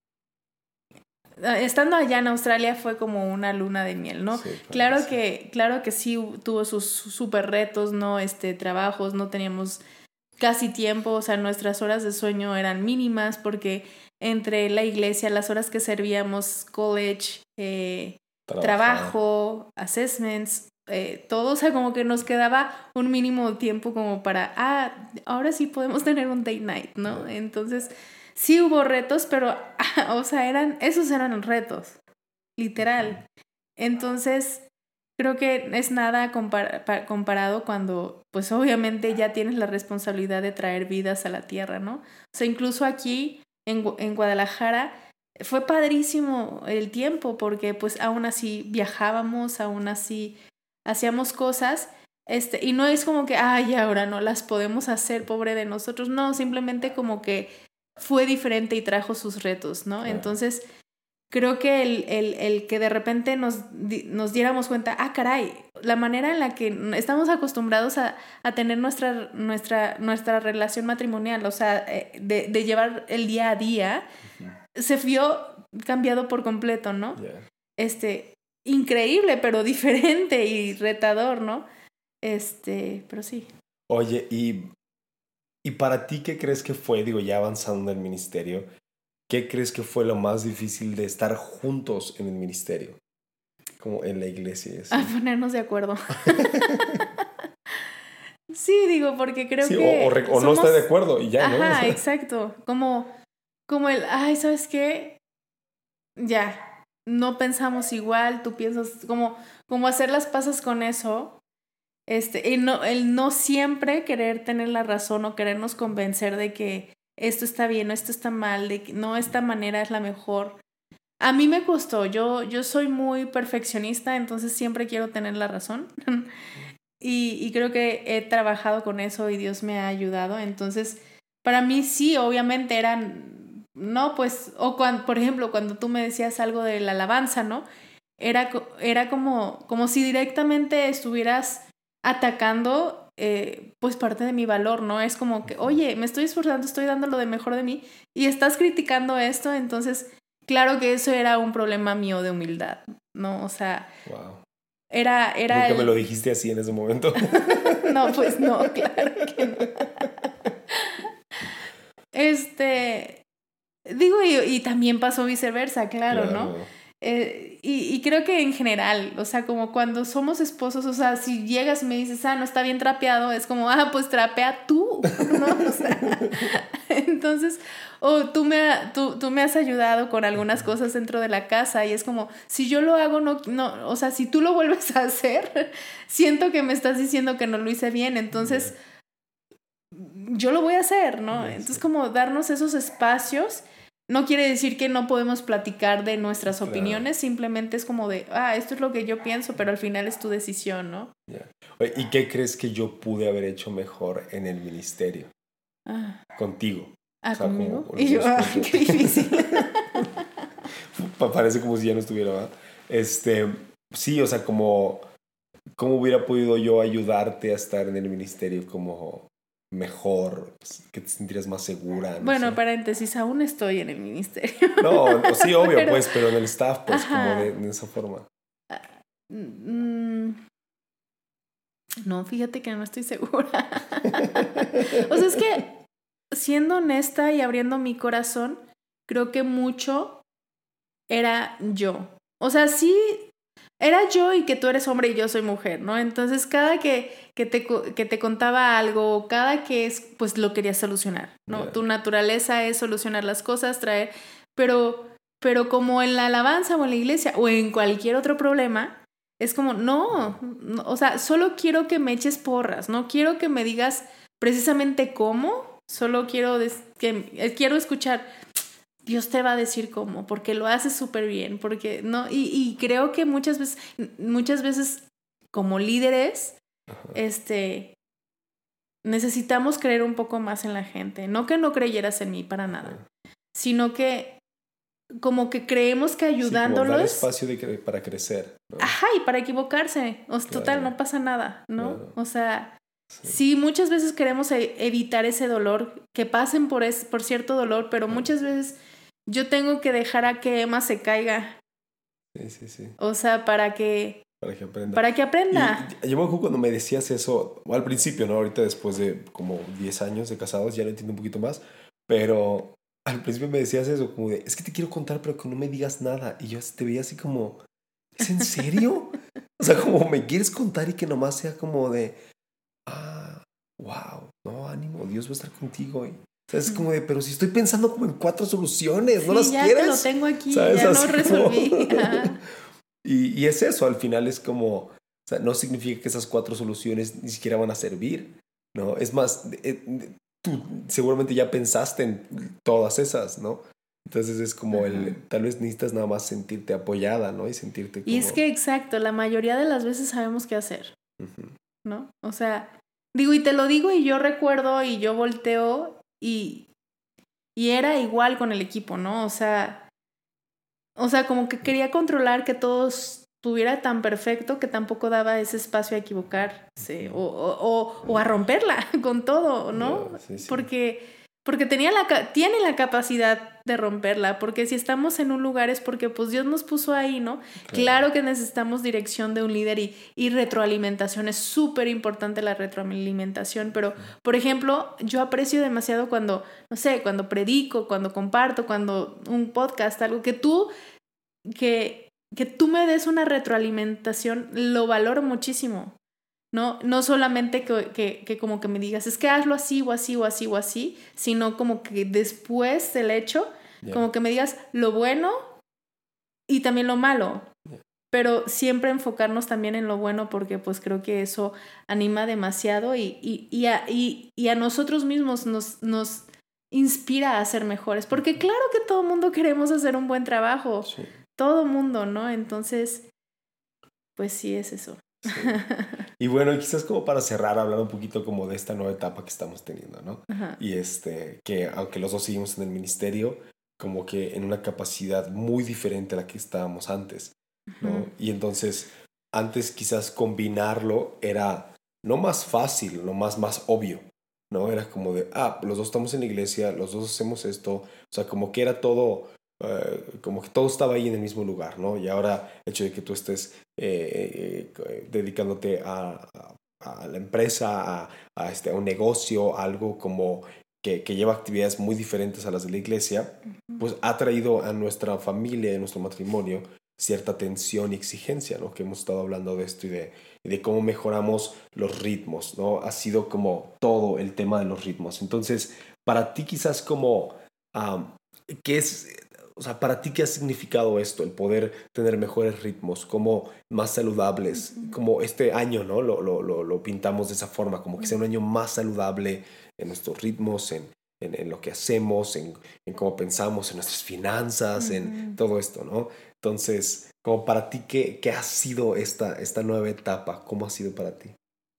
estando allá en Australia fue como una luna de miel, ¿no? Sí, Claro sí. que, claro que sí tuvo sus súper retos, ¿no? Este, trabajos, no teníamos casi tiempo, o sea, nuestras horas de sueño eran mínimas porque entre la iglesia, las horas que servíamos, college, eh, trabajo, assessments, eh, todo, o sea, como que nos quedaba un mínimo tiempo como para, ah, ahora sí podemos tener un date night, ¿no? Yeah. Entonces, sí hubo retos, pero, o sea, eran, esos eran retos, literal. Entonces, creo que es nada compar- comparado cuando, pues obviamente ya tienes la responsabilidad de traer vidas a la tierra, ¿no? O sea, incluso aquí en, en Guadalajara fue padrísimo el tiempo porque pues aún así viajábamos, aún así hacíamos cosas, este, y no es como que, ay, ahora no las podemos hacer, pobre de nosotros, no, simplemente como que fue diferente y trajo sus retos, ¿no? Claro. Entonces, creo que el, el, el que de repente nos, nos diéramos cuenta, ah, caray, la manera en la que estamos acostumbrados a, a tener nuestra, nuestra, nuestra relación matrimonial, o sea, de, de llevar el día a día, uh-huh. se vio cambiado por completo, ¿no? Yeah. Este, increíble, pero diferente y retador, ¿no? Este, pero sí. Oye, y, y para ti, ¿qué crees que fue, digo, ya avanzando en el ministerio, ¿qué crees que fue lo más difícil de estar juntos en el ministerio? Como en la iglesia. A ponernos de acuerdo. Sí, digo, porque creo sí, que... O, o, re, o somos... no está de acuerdo y ya, Ajá, ¿no? O sea... exacto. Como, como el, ay, ¿sabes qué? Ya, no pensamos igual, tú piensas... Como, como hacer las paces con eso. Este, y no, el no siempre querer tener la razón o querernos convencer de que esto está bien o esto está mal, de que no, esta manera es la mejor. A mí me costó, yo, yo soy muy perfeccionista, entonces siempre quiero tener la razón. y, y creo que he trabajado con eso y Dios me ha ayudado. Entonces, para mí sí, obviamente eran, no, pues, o cuando, por ejemplo, cuando tú me decías algo de la alabanza, ¿no? Era, era como, como si directamente estuvieras atacando eh, pues parte de mi valor, ¿no? Es como que, oye, me estoy esforzando, estoy dando lo de mejor de mí y estás criticando esto, entonces... Claro que eso era un problema mío de humildad, ¿no? O sea, wow. era... era ¿Nunca el... me lo dijiste así en ese momento? No, pues no, claro que no. Este... Digo, y, y también pasó viceversa, claro, claro. ¿no? Eh, y, y creo que en general, o sea, como cuando somos esposos, o sea, si llegas y me dices, ah, no está bien trapeado, es como, ah, pues trapea tú, ¿no? O sea, entonces, o oh, tú, me, tú, tú me has ayudado con algunas cosas dentro de la casa y es como, si yo lo hago, no, no, o sea, si tú lo vuelves a hacer, siento que me estás diciendo que no lo hice bien, entonces, yeah. yo lo voy a hacer, ¿no? Yeah, entonces, sí. como darnos esos espacios. No quiere decir que no podemos platicar de nuestras claro. opiniones, simplemente es como de, ah, esto es lo que yo pienso, pero al final es tu decisión, ¿no? Yeah. Oye, ¿y qué crees que yo pude haber hecho mejor en el ministerio? Ah. Contigo. Ah, o sea, ¿conmigo? Como y yo, ah, qué difícil. Parece como si ya no estuviera, ¿verdad? Este, sí, o sea, como, ¿cómo hubiera podido yo ayudarte a estar en el ministerio como... mejor, que te sentirías más segura. No bueno, sé. paréntesis, aún estoy en el ministerio. No, sí, obvio, pero, pues, pero en el staff, pues, ajá. como de, de esa forma. Mm, no, fíjate que no estoy segura. O sea, es que, siendo honesta y abriendo mi corazón, creo que mucho era yo. O sea, sí... Era yo y que tú eres hombre y yo soy mujer, ¿no? Entonces, cada que, que, te, que te contaba algo, cada que es, pues lo querías solucionar, ¿no? Yeah. Tu naturaleza es solucionar las cosas, traer... Pero, pero como en la alabanza o en la iglesia o en cualquier otro problema, es como, no, no, o sea, solo quiero que me eches porras, no quiero que me digas precisamente cómo, solo quiero, des- que, eh, quiero escuchar, Dios te va a decir cómo, porque lo haces súper bien, porque no, y, y creo que muchas veces, muchas veces como líderes, Ajá. este, necesitamos creer un poco más en la gente, no que no creyeras en mí para nada, Ajá. sino que como que creemos que ayudándolos... Sí, como dar espacio de cre- para crecer, ¿no? Ajá, y para equivocarse. O sea, Claro. total, no pasa nada, ¿no? Claro. O sea, Sí. sí, muchas veces queremos e- evitar ese dolor, que pasen por, es, por cierto dolor, pero Claro. muchas veces yo tengo que dejar a que Emma se caiga. Sí, sí, sí. O sea, para que, Para que aprenda. para que aprenda. Y yo me acuerdo cuando me decías eso, o al principio, ¿no? Ahorita después de como diez años de casados, ya lo entiendo un poquito más, pero al principio me decías eso, como de, es que te quiero contar, pero que no me digas nada. Y yo te veía así como, ¿es en serio? O sea, como me quieres contar y que nomás sea como de, ah, wow, no, ánimo, Dios va a estar contigo. Y, o sea, es como de, pero si estoy pensando como en cuatro soluciones, Sí, ¿no las ya quieres? te lo tengo aquí, ¿Sabes? ya Así lo resolví. como... Ajá. y, y es eso, al final es como, o sea, no significa que esas cuatro soluciones ni siquiera van a servir, ¿no? Es más, eh, eh, tú seguramente ya pensaste en todas esas, ¿no? Entonces es como el, Ajá. tal vez necesitas nada más sentirte apoyada, ¿no? Y sentirte como... Y es que exacto, la mayoría de las veces sabemos qué hacer, Ujú. ¿no? O sea, digo, y te lo digo y yo recuerdo y yo volteo y, y era igual con el equipo, ¿no? O sea, o sea, como que quería controlar que todo estuviera tan perfecto que tampoco daba ese espacio a equivocarse o, o, o, o a romperla con todo, ¿no? Yeah, sí, sí. Porque, porque tenía la, ca- tiene la capacidad de romperla, porque si estamos en un lugar es porque pues Dios nos puso ahí, ¿no? Claro. Claro que necesitamos dirección de un líder y, y retroalimentación, es súper importante la retroalimentación, pero por ejemplo, yo aprecio demasiado cuando, no sé, cuando predico, cuando comparto, cuando un podcast, algo que tú, que, que tú me des una retroalimentación, lo valoro muchísimo. No, no solamente que, que, que como que me digas, es que hazlo así o así o así o así, sino como que después del hecho, Yeah. como que me digas lo bueno y también lo malo. Yeah. Pero siempre enfocarnos también en lo bueno porque pues creo que eso anima demasiado y, y, y, a, y, y a nosotros mismos nos, nos inspira a ser mejores. Porque claro que todo mundo queremos hacer un buen trabajo. Sí. Todo mundo, ¿no? Entonces, pues sí es eso. Sí. Y bueno, quizás como para cerrar, hablar un poquito como de esta nueva etapa que estamos teniendo, ¿no? Ajá. Y este, que aunque los dos seguimos en el ministerio, como que en una capacidad muy diferente a la que estábamos antes, ¿no? Ujú. Y entonces, antes quizás combinarlo era no más fácil, no más, más obvio, ¿no? Era como de, ah, los dos estamos en la iglesia, los dos hacemos esto, o sea, como que era todo... Uh, como que todo estaba ahí en el mismo lugar, ¿no? Y ahora el hecho de que tú estés eh, eh, dedicándote a, a, a la empresa, a, a, este, a un negocio, algo como que, que lleva actividades muy diferentes a las de la iglesia, uh-huh. Pues ha traído a nuestra familia, a nuestro matrimonio, cierta tensión y exigencia, ¿no? Que hemos estado hablando de esto y de, y de cómo mejoramos los ritmos, ¿no? Ha sido como todo el tema de los ritmos. Entonces, para ti quizás como, um, ¿qué es... O sea, ¿para ti qué ha significado esto? El poder tener mejores ritmos, como más saludables, uh-huh. Como este año, ¿no? Lo, lo, lo, lo pintamos de esa forma, como que uh-huh. Sea un año más saludable en nuestros ritmos, en, en, en lo que hacemos, en, en cómo pensamos, en nuestras finanzas, uh-huh. En todo esto, ¿no? Entonces, como para ti, ¿qué, qué ha sido esta, esta nueva etapa? ¿Cómo ha sido para ti?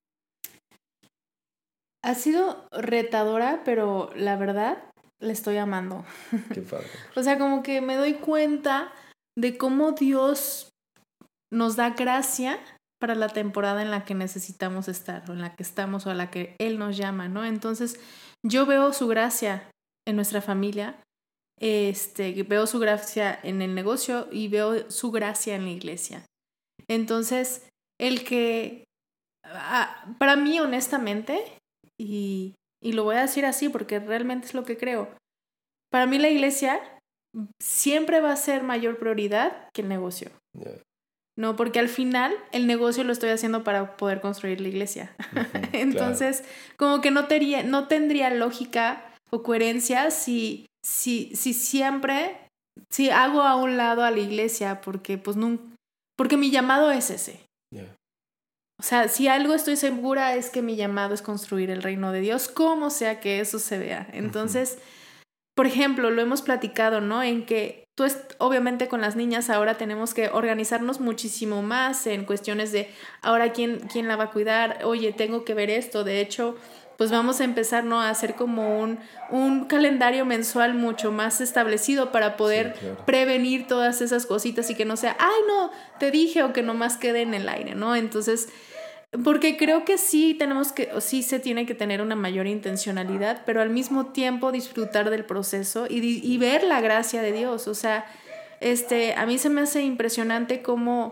Ha sido retadora, pero la verdad... le estoy amando. Qué padre. O sea, como que me doy cuenta de cómo Dios nos da gracia para la temporada en la que necesitamos estar, o en la que estamos, o a la que Él nos llama, ¿no? Entonces, yo veo su gracia en nuestra familia, este, veo su gracia en el negocio y veo su gracia en la iglesia. Entonces, el que, para mí, honestamente, y... y lo voy a decir así porque realmente es lo que creo. Para mí la iglesia siempre va a ser mayor prioridad que el negocio. Yeah. No, porque al final el negocio lo estoy haciendo para poder construir la iglesia. Uh-huh, entonces, claro. Como que no, tería, no tendría lógica o coherencia si, si, si siempre, si hago a un lado a la iglesia porque pues nunca, porque mi llamado es ese. Yeah. O sea, si algo estoy segura es que mi llamado es construir el reino de Dios, como sea que eso se vea. Entonces, uh-huh. por ejemplo, lo hemos platicado, ¿no? En que tú, est- obviamente con las niñas ahora tenemos que organizarnos muchísimo más en cuestiones de, ahora, ¿quién, quién la va a cuidar? Oye, tengo que ver esto. De hecho, pues vamos a empezar, ¿no? A hacer como un, un calendario mensual mucho más establecido para poder sí, claro. prevenir todas esas cositas y que no sea, ay, no, te dije, o que nomás quede en el aire, ¿no? Entonces, porque creo que sí tenemos que, o sí se tiene que tener una mayor intencionalidad, pero al mismo tiempo disfrutar del proceso y, y ver la gracia de Dios. O sea, este, a mí se me hace impresionante cómo,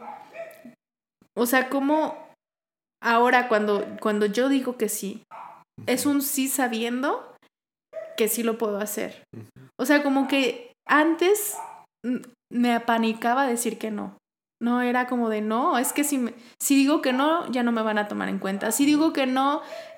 o sea, cómo ahora cuando, cuando yo digo que sí, es un sí sabiendo que sí lo puedo hacer. O sea, como que antes me apanicaba decir que no. No, era como de no, es que si, me, si digo que no, ya no me van a tomar en cuenta. Si digo que no,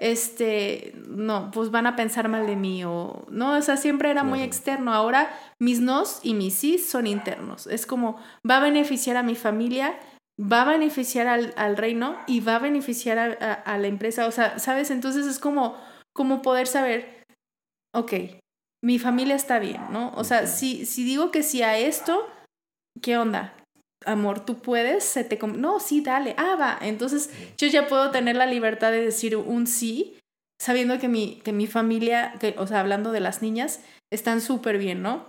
este, no, pues van a pensar mal de mí. O, no, o sea, siempre era muy externo. Ahora mis nos y mis sí son internos. Es como, va a beneficiar a mi familia, va a beneficiar al, al reino y va a beneficiar a, a, a la empresa. O sea, ¿sabes? Entonces es como, como poder saber, ok, mi familia está bien, ¿no? O sea, uh-huh. si, si digo que sí a esto, ¿qué onda? Amor, tú puedes, se te... Com- no, sí, dale, ah, va. Entonces yo ya puedo tener la libertad de decir un sí, sabiendo que mi, que mi familia, que, o sea, hablando de las niñas, están súper bien, ¿no?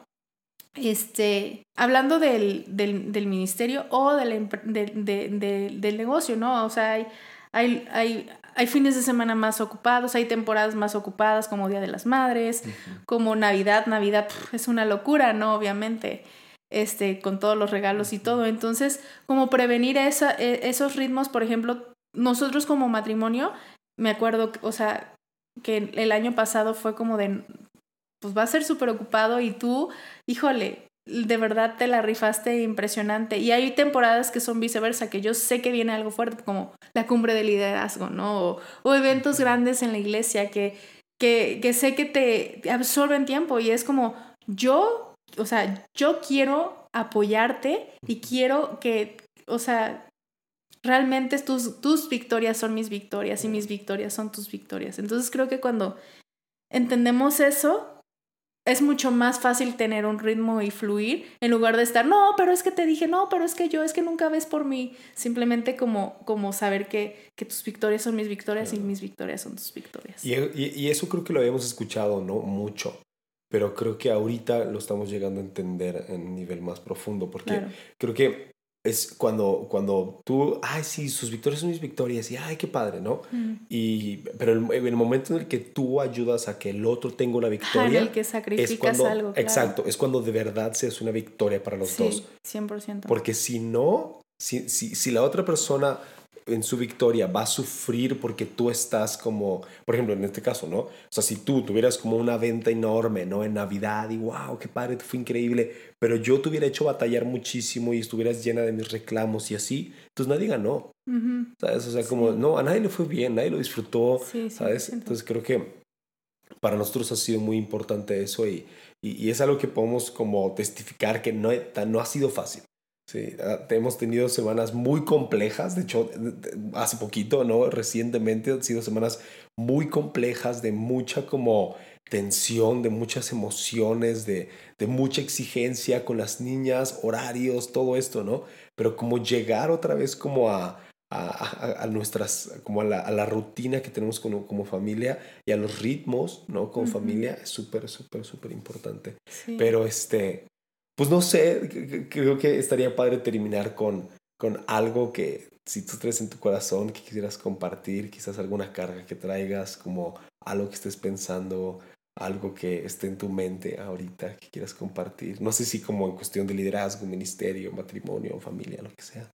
Este, hablando del, del, del ministerio o de la, de, de, de, del negocio, ¿no? O sea, hay, hay, hay, hay fines de semana más ocupados, hay temporadas más ocupadas como Día de las Madres, uh-huh. como Navidad. Navidad pff, es una locura, ¿no? Obviamente. Este, con todos los regalos y todo. Entonces, como prevenir esa, esos ritmos, por ejemplo, nosotros como matrimonio, me acuerdo, o sea, que el año pasado fue como de, pues va a ser súper ocupado y tú, híjole, de verdad te la rifaste impresionante. Y hay temporadas que son viceversa, que yo sé que viene algo fuerte, como la cumbre de liderazgo, ¿no? O, o eventos grandes en la iglesia que, que, que sé que te, te absorben tiempo y es como, yo... O sea, yo quiero apoyarte y quiero que, o sea, realmente tus, tus victorias son mis victorias y mis victorias son tus victorias. Entonces creo que cuando entendemos eso, es mucho más fácil tener un ritmo y fluir en lugar de estar, no, pero es que te dije, no, pero es que yo, es que nunca ves por mí. Simplemente como, como saber que, que tus victorias son mis victorias claro. y mis victorias son tus victorias. Y, y, y eso creo que lo habíamos escuchado, ¿no? Mucho. Pero creo que ahorita lo estamos llegando a entender en un nivel más profundo, porque claro. creo que es cuando, cuando tú, ay, sí, sus victorias son mis victorias, y ay, qué padre, ¿no? Mm. Y, pero el, el momento en el que tú ayudas a que el otro tenga una victoria, en el que sacrificas es cuando, algo, claro. Exacto, es cuando de verdad se hace una victoria para los sí, dos. cien por ciento. Porque si no, si, si, si la otra persona en su victoria va a sufrir porque tú estás como, por ejemplo, en este caso, ¿no? O sea, si tú tuvieras como una venta enorme, ¿no? En Navidad y wow, qué padre, fue increíble, pero yo te hubiera hecho batallar muchísimo y estuvieras llena de mis reclamos y así, entonces nadie ganó, uh-huh. ¿sabes? O sea, como, sí. no, a nadie le fue bien, nadie lo disfrutó, sí, ¿sabes? Entonces creo que para nosotros ha sido muy importante eso y, y, y es algo que podemos como testificar que no, no ha sido fácil. Sí, hemos tenido semanas muy complejas, de hecho, hace poquito, ¿no? Recientemente han sido semanas muy complejas, de mucha como tensión, de muchas emociones, de, de mucha exigencia con las niñas, horarios, todo esto, ¿no? Pero como llegar otra vez como a, a, a, a nuestras, como a la, a la rutina que tenemos como, como familia y a los ritmos, ¿no? Como uh-huh. familia, es súper, súper, súper importante. Sí. Pero este... Pues no sé, creo que estaría padre terminar con, con algo que si tú traes en tu corazón que quisieras compartir, quizás alguna carga que traigas, como algo que estés pensando, algo que esté en tu mente ahorita que quieras compartir. No sé si como en cuestión de liderazgo, ministerio, matrimonio, familia, lo que sea.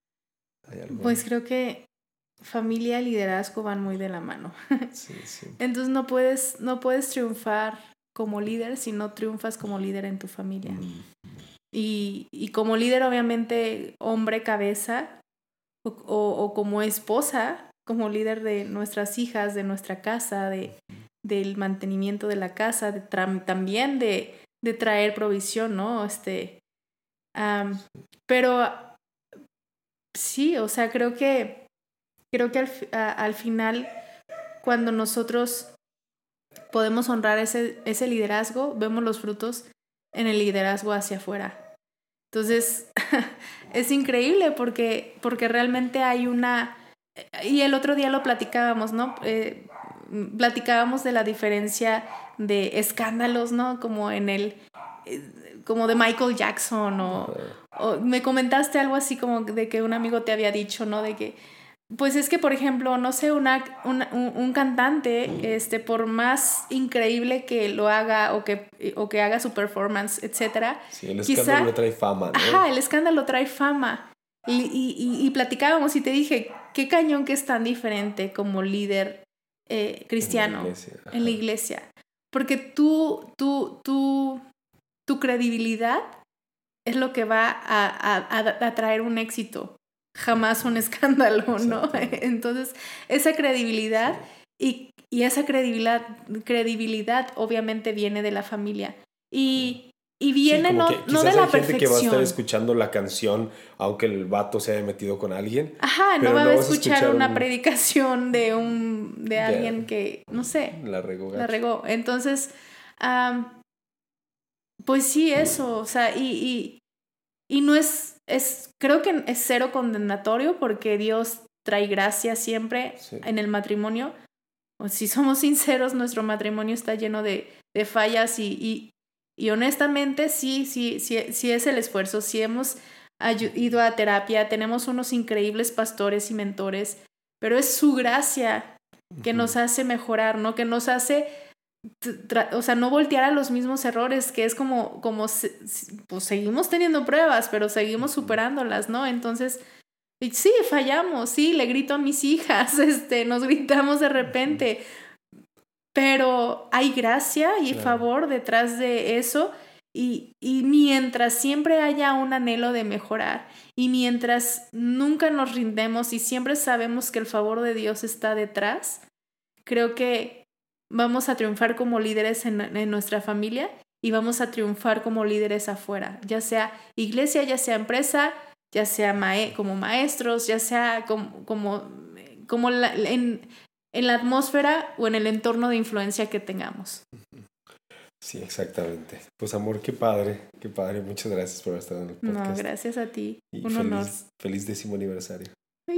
¿Hay algo? Pues creo que familia y liderazgo van muy de la mano. Sí, sí. Entonces no puedes, no puedes triunfar como líder si no triunfas como líder en tu familia. Mm. Y, y como líder, obviamente, hombre cabeza, o, o, o como esposa, como líder de nuestras hijas, de nuestra casa, de, del mantenimiento de la casa, de tra- también de, de traer provisión, ¿no? Este, um, pero sí, o sea, creo que creo que al, a, al final, cuando nosotros podemos honrar ese, ese liderazgo, vemos los frutos en el liderazgo hacia afuera. Entonces, es increíble porque, porque realmente hay una... Y el otro día lo platicábamos, ¿no? Eh, platicábamos de la diferencia de escándalos, ¿no? Como en el... como de Michael Jackson o, o me comentaste algo así como de que un amigo te había dicho, ¿no? De que, pues es que, por ejemplo, no sé, una, una, un, un cantante, este, por más increíble que lo haga o que, o que haga su performance, etcétera. Sí, el escándalo quizá, trae fama, ¿no? Ajá, el escándalo trae fama. Y, y, y, y platicábamos y te dije, qué cañón que es tan diferente como líder eh, cristiano en la iglesia. En la iglesia. Porque tú, tú, tú, tu credibilidad es lo que va a, a, a, a traer un éxito, jamás un escándalo, ¿no? Entonces, esa credibilidad sí. y, y esa credibilidad, credibilidad obviamente viene de la familia. Y, y viene sí, no, que, no de la perfección. Quizás hay gente que va a estar escuchando la canción aunque el vato se haya metido con alguien. Ajá, no va no a escuchar, escuchar una un... predicación de, un, de alguien yeah. que, no sé, la regó. La regó. Entonces... Um, pues sí, eso, o sea, y, y, y no es, es, creo que es cero condenatorio porque Dios trae gracia siempre sí. en el matrimonio. O si somos sinceros, nuestro matrimonio está lleno de, de fallas y, y, y honestamente sí, sí, sí, sí es el esfuerzo, sí hemos ido a terapia, tenemos unos increíbles pastores y mentores, pero es su gracia que uh-huh. nos hace mejorar, ¿no? Que nos hace... Tra- o sea, no voltear a los mismos errores, que es como, como se, pues seguimos teniendo pruebas, pero seguimos superándolas, ¿no? Entonces, sí, fallamos, sí, le grito a mis hijas, este, nos gritamos de repente, pero hay gracia y claro. favor detrás de eso, y, y mientras siempre haya un anhelo de mejorar, y mientras nunca nos rindemos y siempre sabemos que el favor de Dios está detrás, creo que vamos a triunfar como líderes en, en nuestra familia y vamos a triunfar como líderes afuera, ya sea iglesia, ya sea empresa, ya sea mae- como maestros, ya sea como, como, como la, en, en la atmósfera o en el entorno de influencia que tengamos. Sí, exactamente. Pues amor, qué padre, qué padre. Muchas gracias por haber estado en el podcast. No, gracias a ti. Y Un feliz, honor. Feliz décimo aniversario.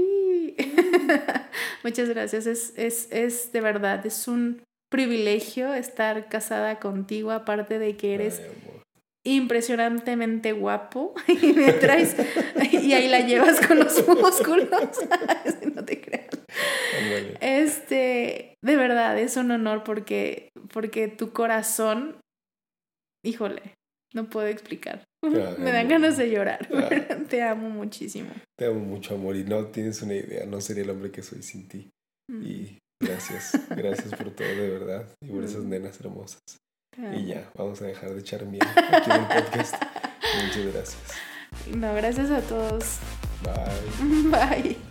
Muchas gracias. Es, es, es de verdad, es un privilegio estar casada contigo, aparte de que eres Ay, impresionantemente guapo y me traes y ahí la llevas con los músculos. No te creas. Bueno. Este, de verdad, es un honor porque, porque tu corazón, híjole, no puedo explicar. Ay, me dan ganas de llorar. Ay. Te amo muchísimo. Te amo mucho, amor, y no tienes una idea, no sería el hombre que soy sin ti. Mm. Y gracias, gracias por todo, de verdad, y por esas nenas hermosas. Y ya, vamos a dejar de echar miel aquí en el podcast. Muchas gracias. No, gracias a todos. Bye. Bye.